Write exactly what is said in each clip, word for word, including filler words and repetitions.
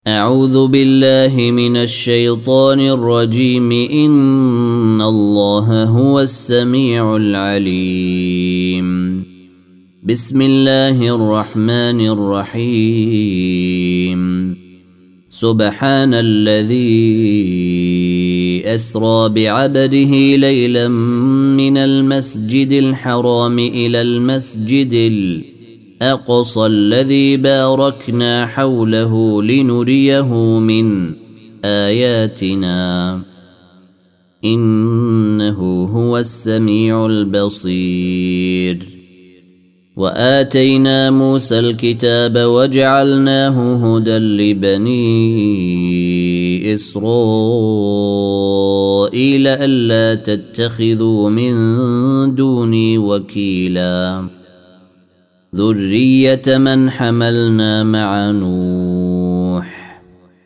أعوذ بالله من الشيطان الرجيم. إن الله هو السميع العليم. بسم الله الرحمن الرحيم. سبحان الذي أسرى بعبده ليلا من المسجد الحرام إلى المسجد الأقصى الذي باركنا حوله لنريه من آياتنا إنه هو السميع البصير. وآتينا موسى الكتاب وجعلناه هدى لبني إسرائيل ألا تتخذوا من دوني وكيلا ذرية من حملنا مع نوح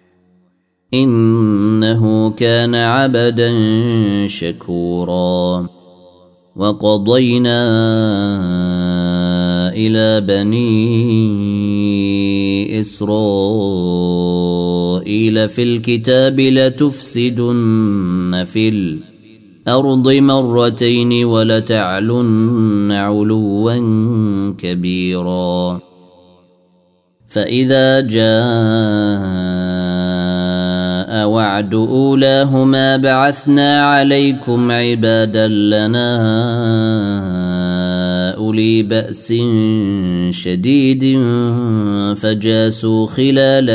إنه كان عبدا شكورا. وقضينا إلى بني إسرائيل في الكتاب لتفسدن في الأرض مرتين ولتعلن علوا كبيرا. فإذا جاء وعد أولاهما بعثنا عليكم عبادا لنا أولي بأس شديد فجاسوا خلال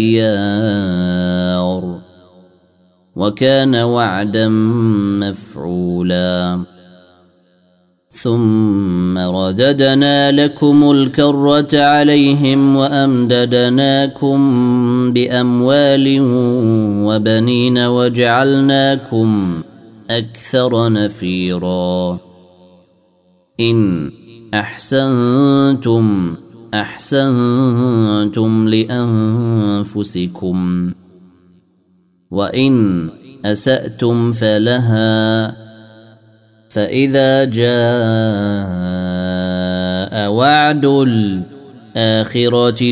الديار وكان وعدا مفعولا. ثم رددنا لكم الكرة عليهم وأمددناكم بأموال وبنين وجعلناكم أكثر نفيرا. إن أحسنتم أحسنتم لأنفسكم وإن أسأتم فلها. فإذا جاء وعد الآخرة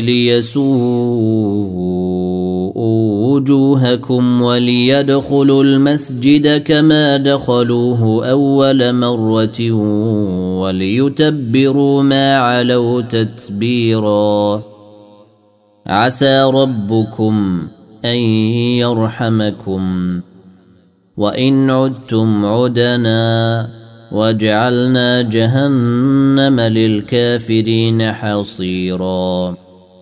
ليسوءوا وجوهكم وليدخلوا المسجد كما دخلوه أول مرة وليتبروا ما علوا تتبيرا. عسى ربكم أن يرحمكم وإن عدتم عدنا وجعلنا جهنم للكافرين حصيرا.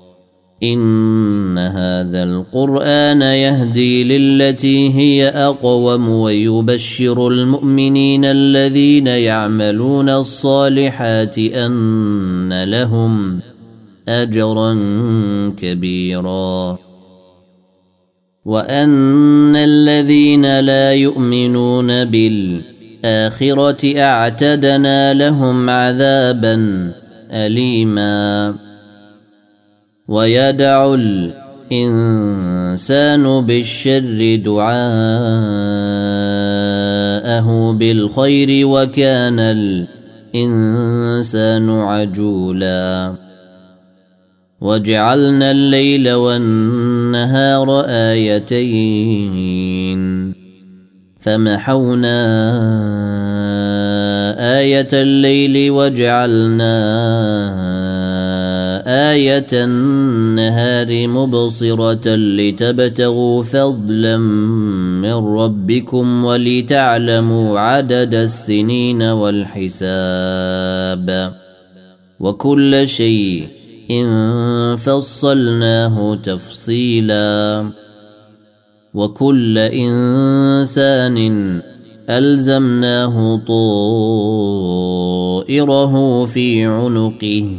إن هذا القرآن يهدي للتي هي أقوم ويبشر المؤمنين الذين يعملون الصالحات أن لهم أجرا كبيرا. وأن الذين لا يؤمنون بالآخرة أعتدنا لهم عذابا أليما. ويدع الإنسان بالشر دعاءه بالخير وكان الإنسان عجولا. وجعلنا الليل والنهار آيتين فمحونا آية الليل وجعلنا آية النهار مبصرة لتبتغوا فضلا من ربكم ولتعلموا عدد السنين والحساب وكل شيء إن فصلناه تفصيلا. وكل إنسان ألزمناه طائره في عنقه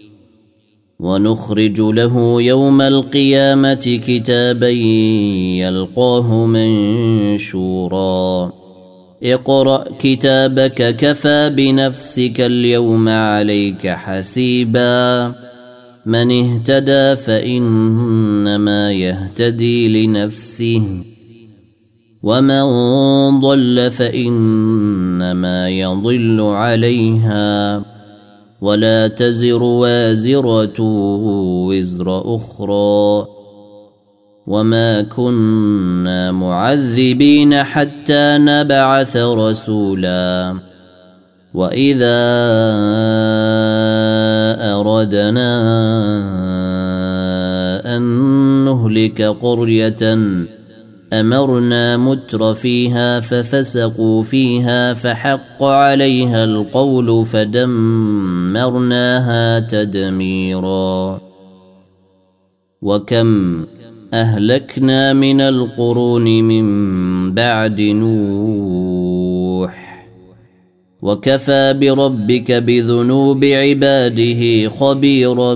ونخرج له يوم القيامة كتابا يلقاه منشورا. اقرأ كتابك كفى بنفسك اليوم عليك حسيبا. من اهتدى فإنما يهتدي لنفسه ومن ضل فإنما يضل عليها ولا تزر وازرة وزر أخرى وما كنا معذبين حتى نبعث رسولا وإذا أردنا أن نهلك قرية أمرنا متر فيها ففسقوا فيها فحق عليها القول فدمرناها تدميرا وكم أهلكنا من القرون من بعد نوح وكفى بربك بذنوب عباده خبيرا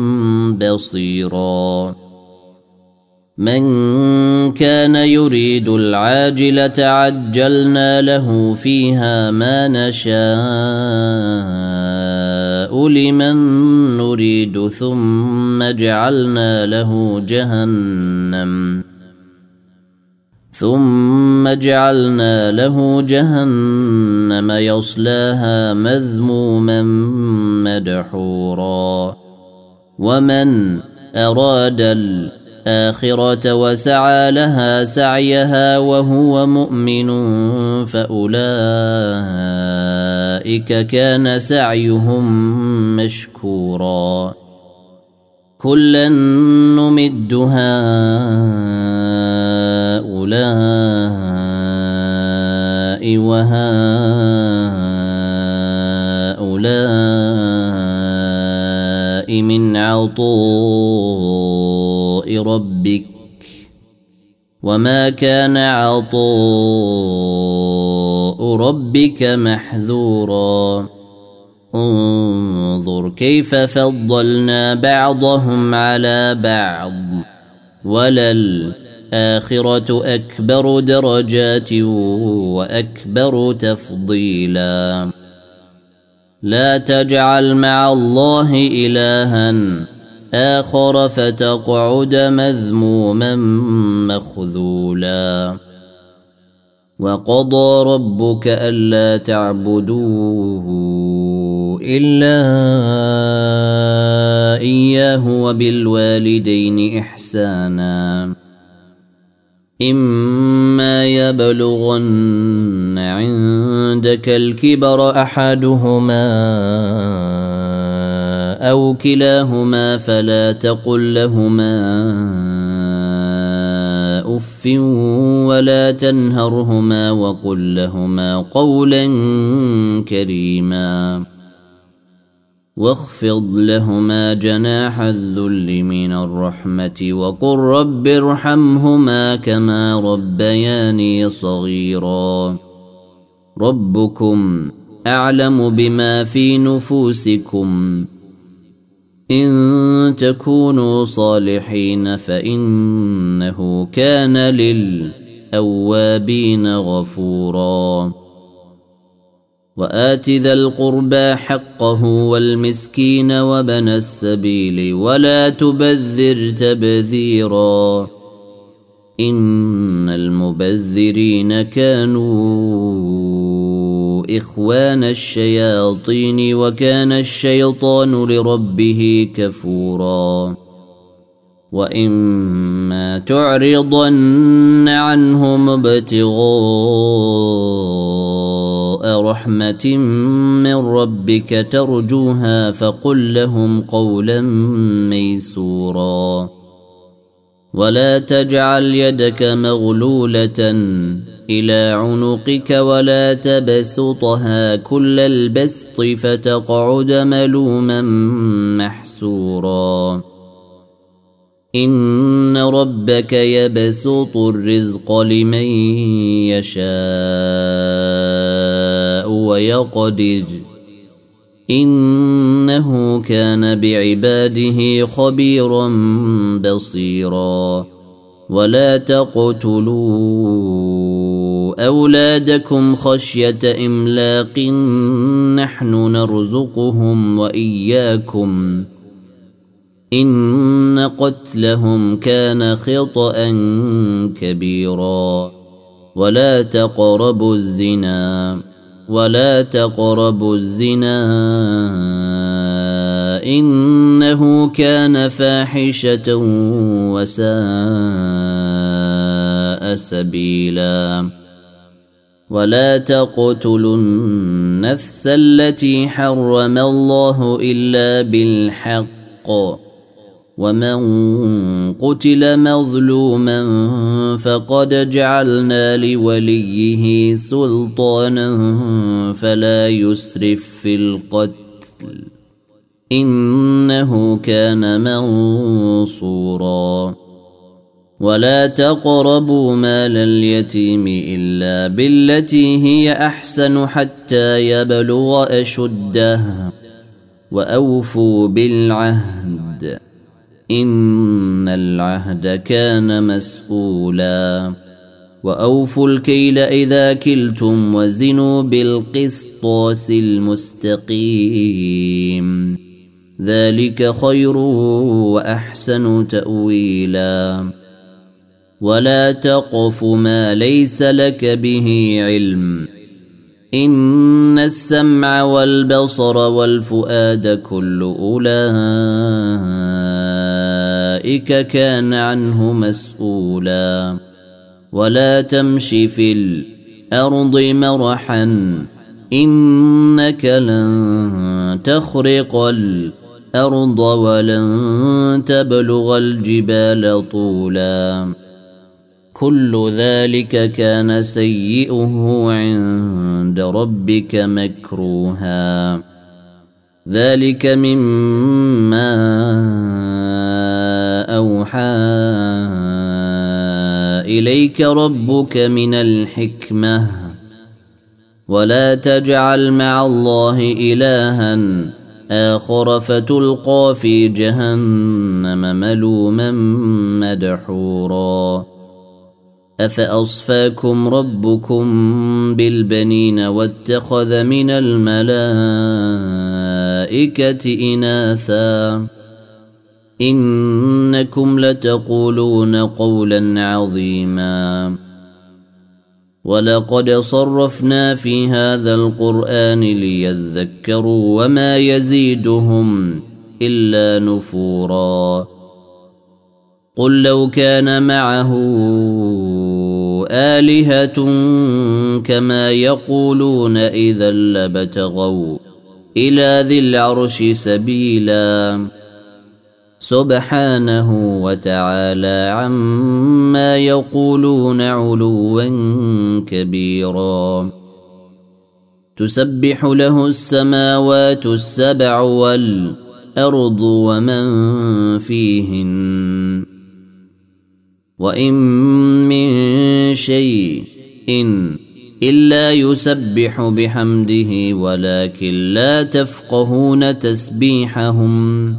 بصيرا من كان يريد العاجلة عجلنا له فيها ما نشاء لمن نريد ثم جعلنا له جهنم ثم جعلنا له جهنم يصلاها مذموما مدحورا ومن أراد الآخرة وسعى لها سعيها وهو مؤمن فأولئك كان سعيهم مشكورا كلا نمد هؤلاء وهؤلاء من عطاء ربك وما كان عطاء ربك محذورا انظر كيف فضلنا بعضهم على بعض وللآخرة أكبر درجات وأكبر تفضيلا لا تجعل مع الله إلها آخر فتقعد مذموما مخذولا وقضى ربك ألا تعبدوه إلا إياه وبالوالدين إحسانا إما يبلغن عندك الكبر أحدهما أو كلاهما فلا تقل لهما أف ولا تنهرهما وقل لهما قولا كريما واخفض لهما جناح الذل من الرحمة وقل رب ارحمهما كما ربياني صغيرا ربكم أعلم بما في نفوسكم إن تكونوا صالحين فإنه كان للأوابين غفورا وآت ذا القربى حقه والمسكين وابن السبيل ولا تبذر تبذيرا إن المبذرين كانوا إخوان الشياطين وكان الشيطان لربه كفورا وإما تعرضن عنهم ابتغاء رحمة من ربك ترجوها فقل لهم قولا ميسورا ولا تجعل يدك مغلولة إلى عنقك ولا تبسطها كل البسط فتقعد ملوما محسورا إن ربك يبسط الرزق لمن يشاء ويقدر إنه كان بعباده خبيرا بصيرا ولا تقتلوا أولادكم خشية إملاق نحن نرزقهم وإياكم إن قتلهم كان خطأ كبيرا ولا تقربوا الزنا ولا تقربوا الزنا إنه كان فاحشة وساء سبيلا ولا تقتلوا النفس التي حرم الله إلا بالحق ومن قتل مظلوما فقد جعلنا لوليه سلطانا فلا يسرف في القتل إنه كان منصورا ولا تقربوا مال اليتيم إلا بالتي هي أحسن حتى يبلغ أشده وأوفوا بالعهد إن العهد كان مسؤولا وأوفوا الكيل إذا كلتم وزنوا بالقسطاس المستقيم ذلك خير وأحسن تأويلا ولا تقف ما ليس لك به علم إن السمع والبصر والفؤاد كل أولئك كان عنه مسؤولا ولا تمش في الأرض مرحا إنك لن تخرق الأرض ولن تبلغ الجبال طولا كل ذلك كان سيئه عند ربك مكروها ذلك مما أوحى إليك ربك من الحكمة ولا تجعل مع الله إلها آخر فتلقى في جهنم ملوما مدحورا أفأصفاكم ربكم بالبنين واتخذ من الملائكة إناثا إنكم لتقولون قولا عظيما ولقد صرفنا في هذا القرآن ليذكروا وما يزيدهم إلا نفورا قل لو كان معه آلهة كما يقولون إذا لابتغوا إلى ذي العرش سبيلا سبحانه وتعالى عما يقولون علوا كبيرا تسبح له السماوات السبع والأرض ومن فيهن وإن من شيء إلا يسبح بحمده ولكن لا تفقهون تسبيحهم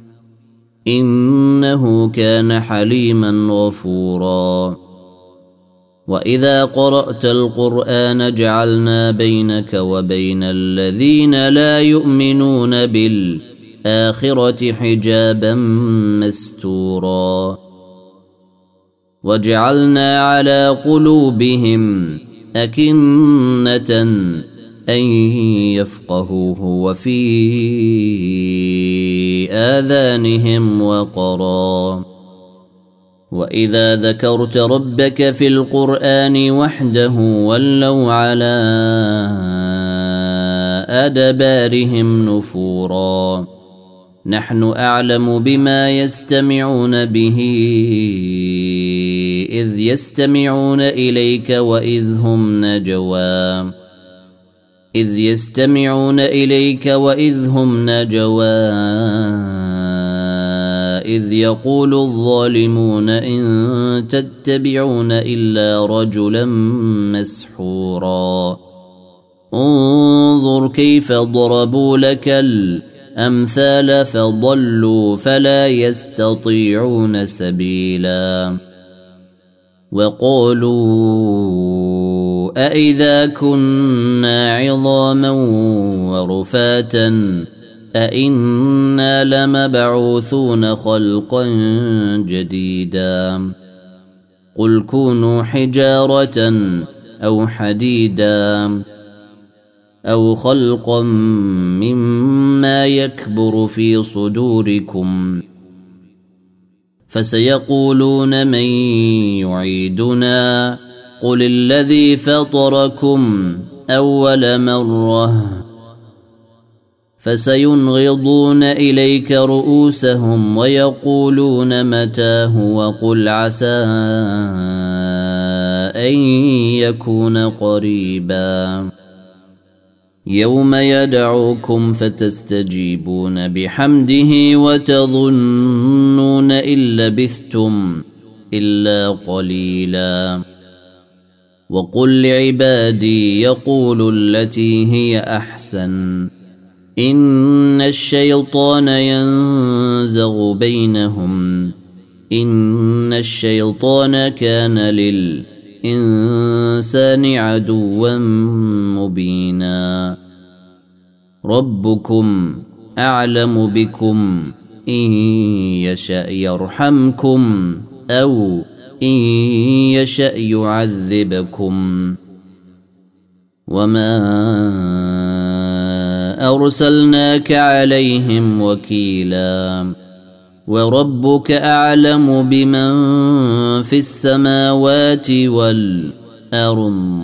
إنه كان حليما غفورا وإذا قرأت القرآن جعلنا بينك وبين الذين لا يؤمنون بالآخرة حجابا مستورا وجعلنا على قلوبهم أكنة أن يفقهوه وفي آذانهم وقرا وإذا ذكرت ربك في القرآن وحده ولوا على أدبارهم نفورا نحن أعلم بما يستمعون به إذ يستمعون إليك وإذ هم نجوى إذ يستمعون إليك وإذ هم نجوى إذ يقول الظالمون إن تتبعون إلا رجلا مسحورا انظر كيف ضربوا لك الأمثال فضلوا فلا يستطيعون سبيلا وقالوا أإذا كنا عظاما ورفاتا أإنا لمبعوثون خلقا جديدا قل كونوا حجارة أو حديدا أو خلقا مما يكبر في صدوركم فسيقولون من يعيدنا قل الذي فطركم أول مرة فسينغضون إليك رؤوسهم ويقولون متاه وقل عسى أن يكون قريبا يوم يدعوكم فتستجيبون بحمده وتظنون إن لبثتم إلا قليلا وقل لعبادي يقولوا التي هي أحسن إن الشيطان ينزغ بينهم إن الشيطان كان للإنسان عدوا مبينا ربكم أعلم بكم إن يشأ يرحمكم أو إن يشأ يعذبكم وما أرسلناك عليهم وكيلا وربك أعلم بمن في السماوات والأرض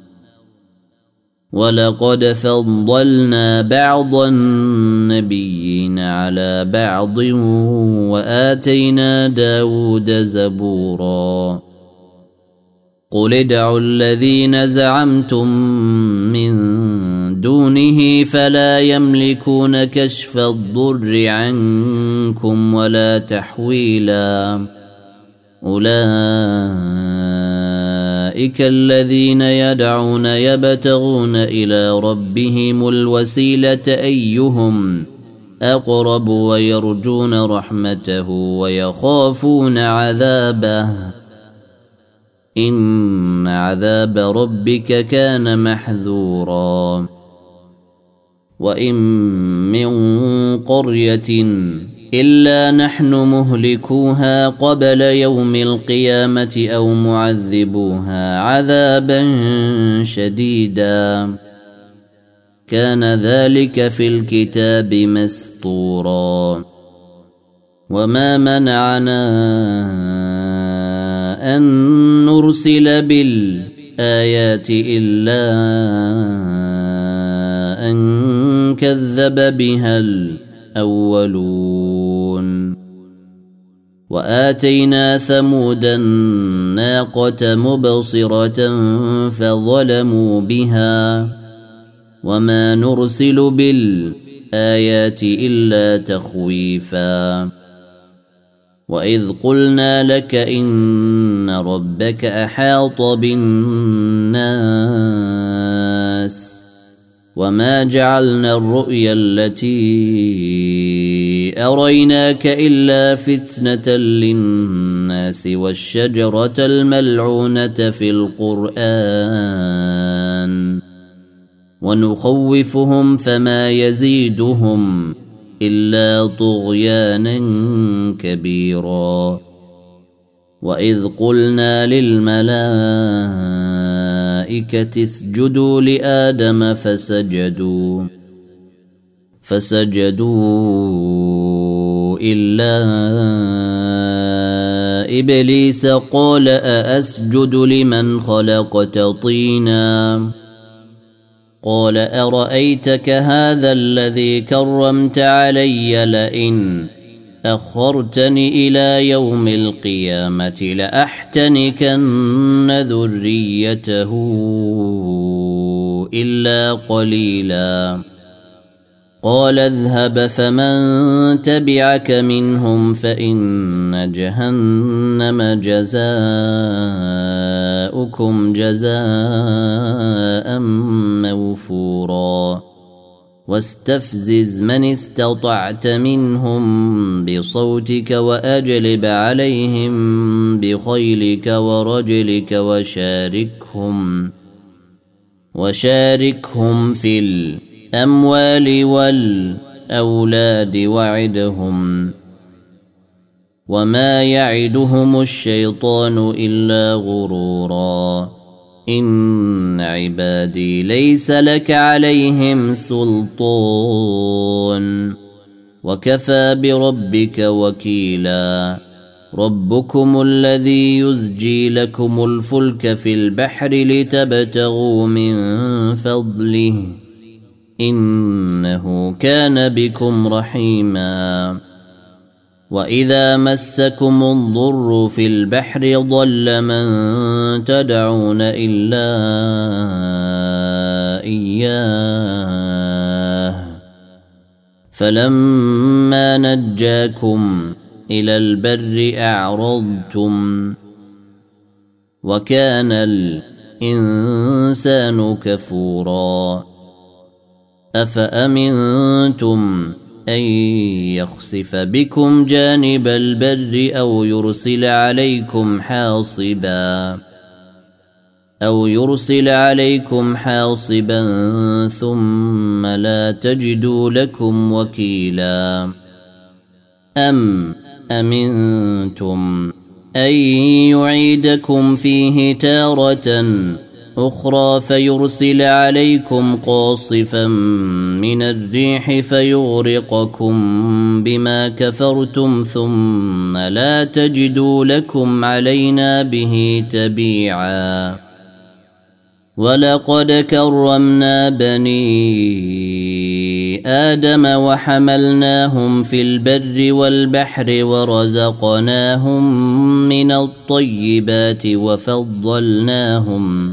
ولقد فضلنا بعض النبيين على بعض وآتينا داود زبورا قل ادعوا الذين زعمتم من دونه فلا يملكون كشف الضر عنكم ولا تحويلا أولئك الذين يدعون يبتغون إلى ربهم الوسيلة أيهم أقرب ويرجون رحمته ويخافون عذابه إن عذاب ربك كان محذورا وإن من قرية إلا نحن مهلكوها قبل يوم القيامة أو معذبوها عذابا شديدا كان ذلك في الكتاب مسطورا وما منعنا أن نرسل بالآيات إلا أن كذب بها الأولون وآتينا ثمود الناقة مبصرة فظلموا بها وما نرسل بالآيات إلا تخويفا وإذ قلنا لك إن ربك أحاط بالناس وما جعلنا الرؤيا التي أريناك إلا فتنة للناس والشجرة الملعونة في القرآن ونخوفهم فما يزيدهم إلا طغيانا كبيرا وإذ قلنا للملائكة اسجدوا لآدم فسجدوا فسجدوا إلا إبليس قال أأسجد لمن خلقت طينا قال أرأيتك هذا الذي كرمت علي لئن أخرتني إلى يوم القيامة لأحتنكن ذريته إلا قليلا قال اذهب فمن تبعك منهم فإن جهنم جزاؤكم جزاء موفورا واستفزز من استطعت منهم بصوتك وأجلب عليهم بخيلك ورجلك وشاركهم وشاركهم في الأموال والأولاد وعدهم وما يعدهم الشيطان إلا غرورا إن عبادي ليس لك عليهم سلطان وكفى بربك وكيلا ربكم الذي يزجي لكم الفلك في البحر لتبتغوا من فضله إنه كان بكم رحيما وإذا مسكم الضر في البحر ضل من تدعون إلا إياه فلما نجاكم إلى البر أعرضتم وكان الإنسان كفورا أفأمنتم أن يخسف بكم جانب البر أو يرسل عليكم حاصبا أو يرسل عليكم حاصبا ثم لا تجدوا لكم وكيلا أم أمنتم أن يعيدكم فيه تارة أخرى فيرسل عليكم قاصفا من الريح فيغرقكم بما كفرتم ثم لا تجدوا لكم علينا به تبيعا ولقد كرمنا بني آدم وحملناهم في البر والبحر ورزقناهم من الطيبات وفضلناهم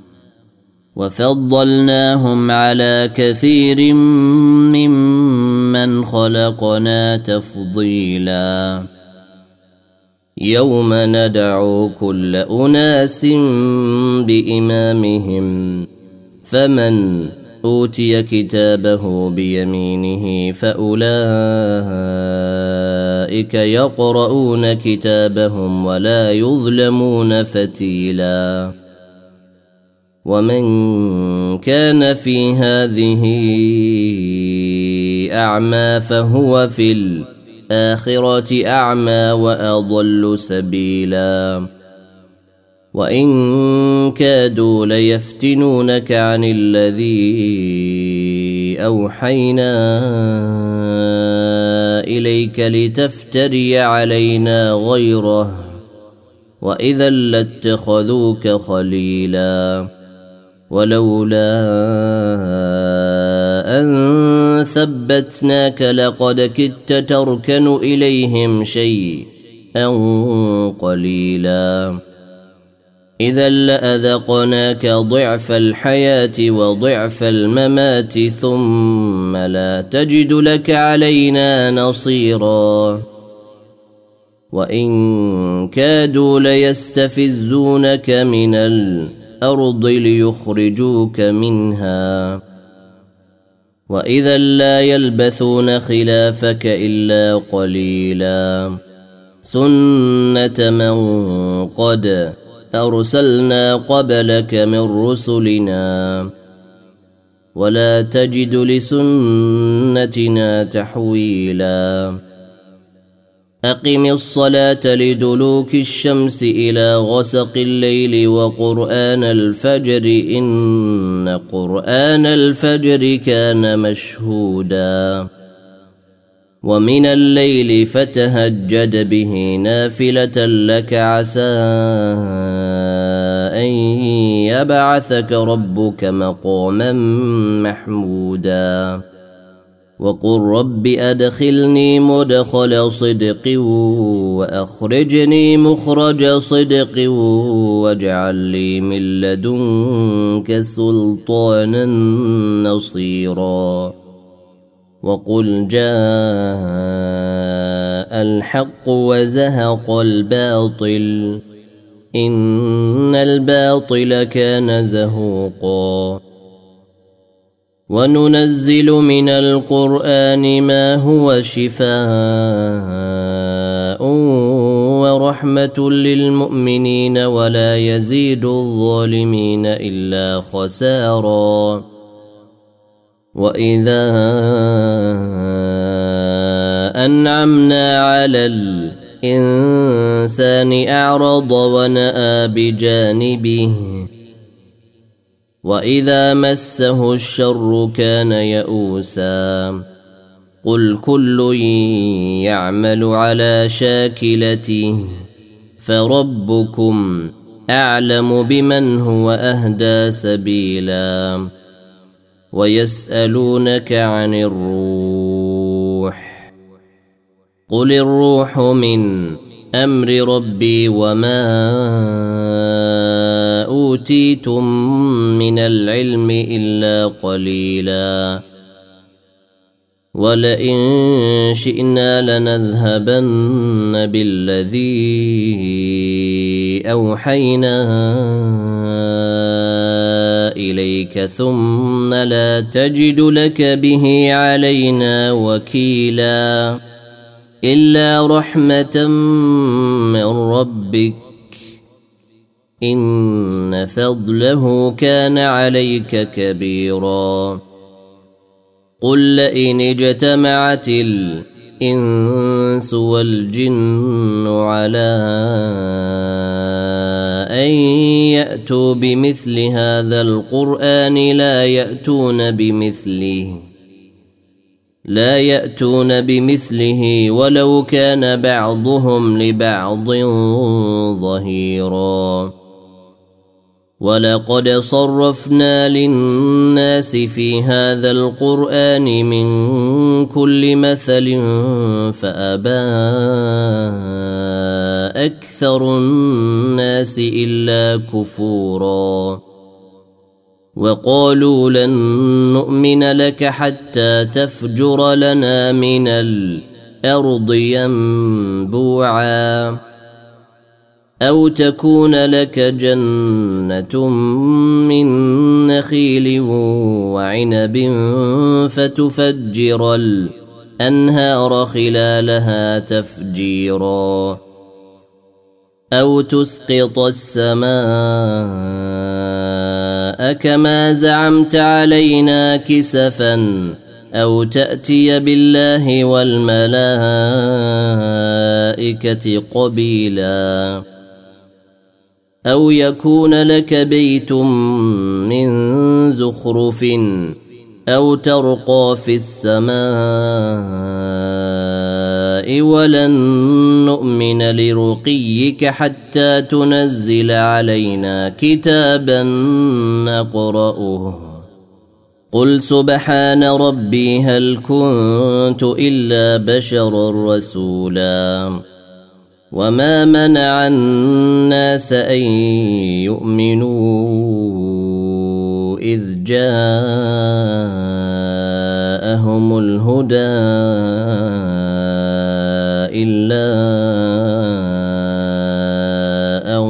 وفضلناهم على كثير ممن خلقنا تفضيلا يوم ندعو كل أناس بإمامهم فمن أوتي كتابه بيمينه فأولئك يقرؤون كتابهم ولا يظلمون فتيلا ومن كان في هذه أعمى فهو في الآخرة أعمى وأضل سبيلا وإن كادوا ليفتنونك عن الذي أوحينا إليك لتفتري علينا غيره وإذا لاتخذوك خليلا ولولا أن ثبتناك لقد كدت تركن إليهم شيئا قليلا إذا لأذقناك ضعف الحياة وضعف الممات ثم لا تجد لك علينا نصيرا وإن كادوا ليستفزونك من الأرض ليخرجوك منها وإذا لا يلبثون خلافك إلا قليلا سنة من قد أرسلنا قبلك من رسلنا ولا تجد لسنتنا تحويلا أقم الصلاة لدلوك الشمس إلى غسق الليل وقرآن الفجر إن قرآن الفجر كان مشهودا ومن الليل فتهجد به نافلة لك عسى أن يبعثك ربك مقاما محمودا وقل رب أدخلني مدخل صدق وأخرجني مخرج صدق واجعل لي من لدنك سلطانا نصيرا وقل جاء الحق وزهق الباطل إن الباطل كان زهوقا وننزل من القرآن ما هو شفاء ورحمة للمؤمنين ولا يزيد الظالمين إلا خسارا وإذا أنعمنا على الإنسان أعرض ونأى بجانبه وإذا مسه الشر كان يئوسا قل كل يعمل على شاكلته فربكم أعلم بمن هو أهدى سبيلا ويسألونك عن الروح قل الروح من أمر ربي وما أوتيتم من العلم إلا قليلا ولئن شئنا لنذهبن بالذي أوحينا إليك ثم لا تجد لك به علينا وكيلا إلا رحمة من ربك إن فضله كان عليك كبيرا قل لئن اجتمعت الإنس والجن على أن يأتوا بمثل هذا القرآن لا يأتون بمثله لا يأتون بمثله ولو كان بعضهم لبعض ظهيرا ولقد صرفنا للناس في هذا القرآن من كل مثل فأبى أكثر الناس إلا كفورا وقالوا لن نؤمن لك حتى تفجر لنا من الأرض ينبوعا أو تكون لك جنة من نخيل وعنب فتفجر الأنهار خلالها تفجيرا أو تسقط السماء كما زعمت علينا كسفا أو تأتي بالله والملائكة قبيلا أو يكون لك بيت من زخرف أو ترقى في السماء ولن نؤمن لرقيك حتى تنزل علينا كتابا نقرأه قل سبحان ربي هل كنت إلا بشرا رسولا وما منع الناس أن يؤمنوا إذ جاءهم الهدى إلا أن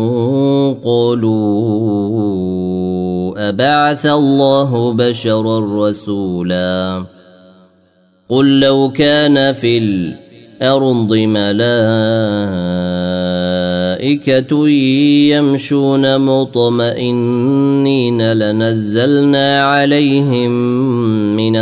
قالوا أبعث الله بشرا رسولا قل لو كان في الأرض ملائكة يمشون مطمئنين لنزلنا عليهم من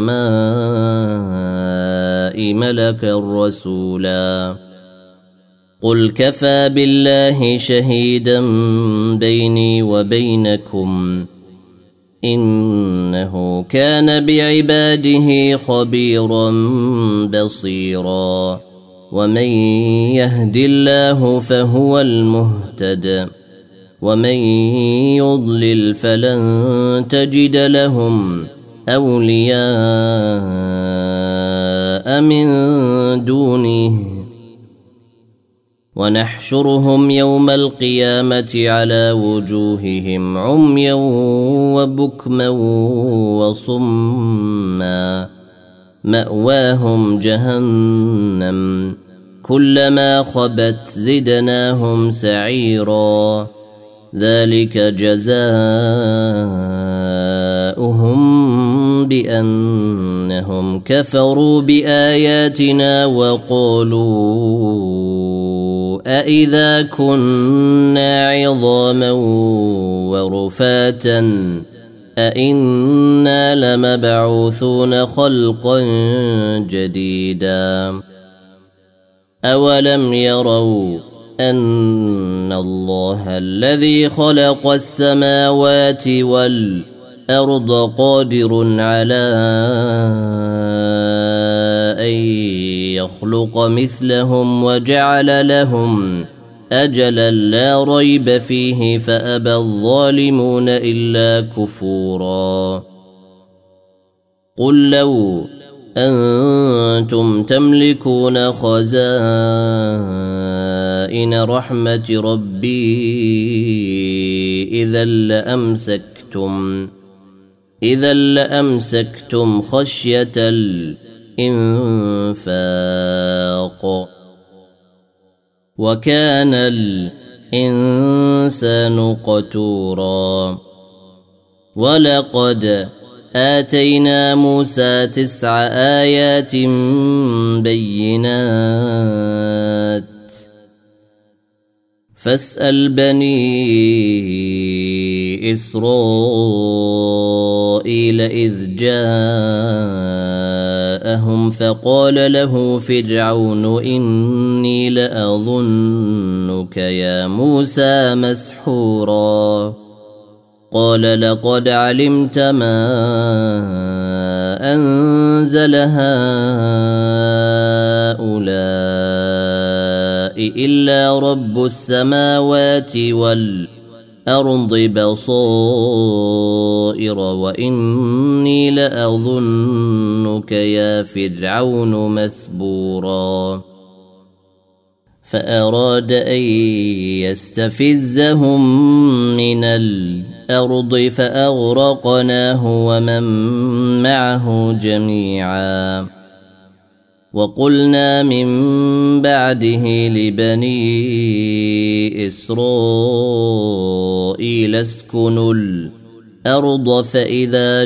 السماء ملكا رسولا قل كفى بالله شهيدا بيني وبينكم إنه كان بعباده خبيرا بصيرا ومن يهد الله فهو المهتد ومن يضلل فلن تجد لهم أولياء من دونه ونحشرهم يوم القيامة على وجوههم عميا وبكما وصما مأواهم جهنم كلما خبت زدناهم سعيرا ذلك جزاؤهم بأنهم كفروا بآياتنا وقالوا أإذا كنا عظاما ورفاتا أإنا لمبعوثون خلقا جديدا أولم يروا أن الله الذي خلق السماوات والأرض قادر على أن يخلق مثلهم وجعل لهم أجلا لا ريب فيه فأبى الظالمون إلا كفورا. قل لو أنتم تملكون خزائن رحمة ربي إذا لأمسكتم إذا لأمسكتم خشية الإنفاق وكان الإنسان قتورا. ولقد آتينا موسى تسع آيات بينات فاسأل بني إسرائيل إذ جاءهم فقال له فرعون إني لأظنك يا موسى مسحورا. قال لقد علمت ما أنزل هؤلاء إلا رب السماوات والأرض بصائر وإني لأظنك يا فرعون مثبورا. فأراد أن يستفزهم من الأرض فأغرقناه ومن معه جميعا. وقلنا من بعده لبني إسرائيل اسكنوا الأرض فإذا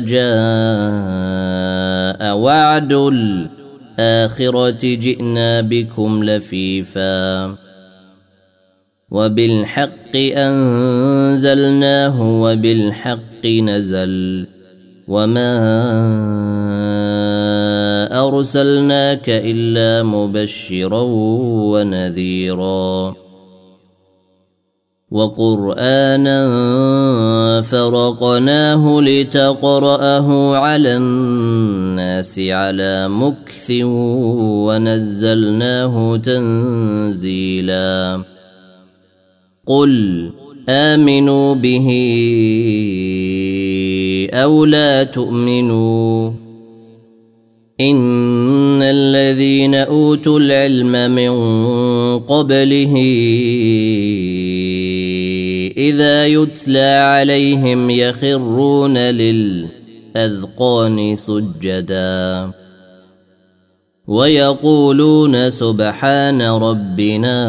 جاء وعد الآخرة جئنا بكم لفيفا وبالحق أنزلناه وبالحق نزل وما أرسلناك إلا مبشرا ونذيرا. وقرآنا فرقناه لتقرأه على الناس على مكث ونزلناه تنزيلا. قل آمنوا به أو لا تؤمنوا إن الذين أوتوا العلم من قبله إذا يتلى عليهم يخرون للأذقان سجدا ويقولون سبحان ربنا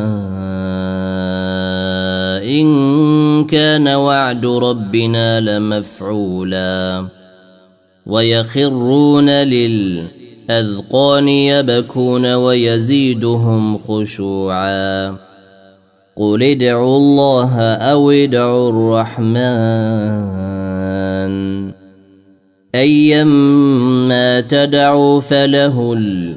إن كان وعد ربنا لمفعولا ويخرون للأذقان يبكون ويزيدهم خشوعا. قل ادعوا الله أو ادعوا الرحمن أيما تدعوا فله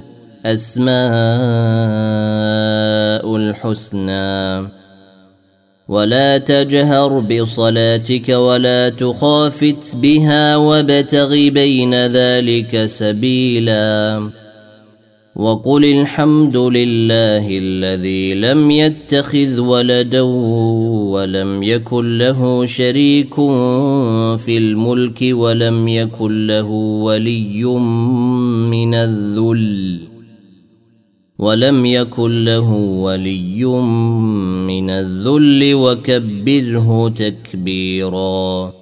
الأسماء الحسنى ولا تجهر بصلاتك ولا تخافت بها وابتغ بين ذلك سبيلا. وقل الحمد لله الذي لم يتخذ ولدا ولم يكن له شريك في الملك ولم يكن له ولي من الذل ولم يكن له ولي من الذل وكبره تكبيرا.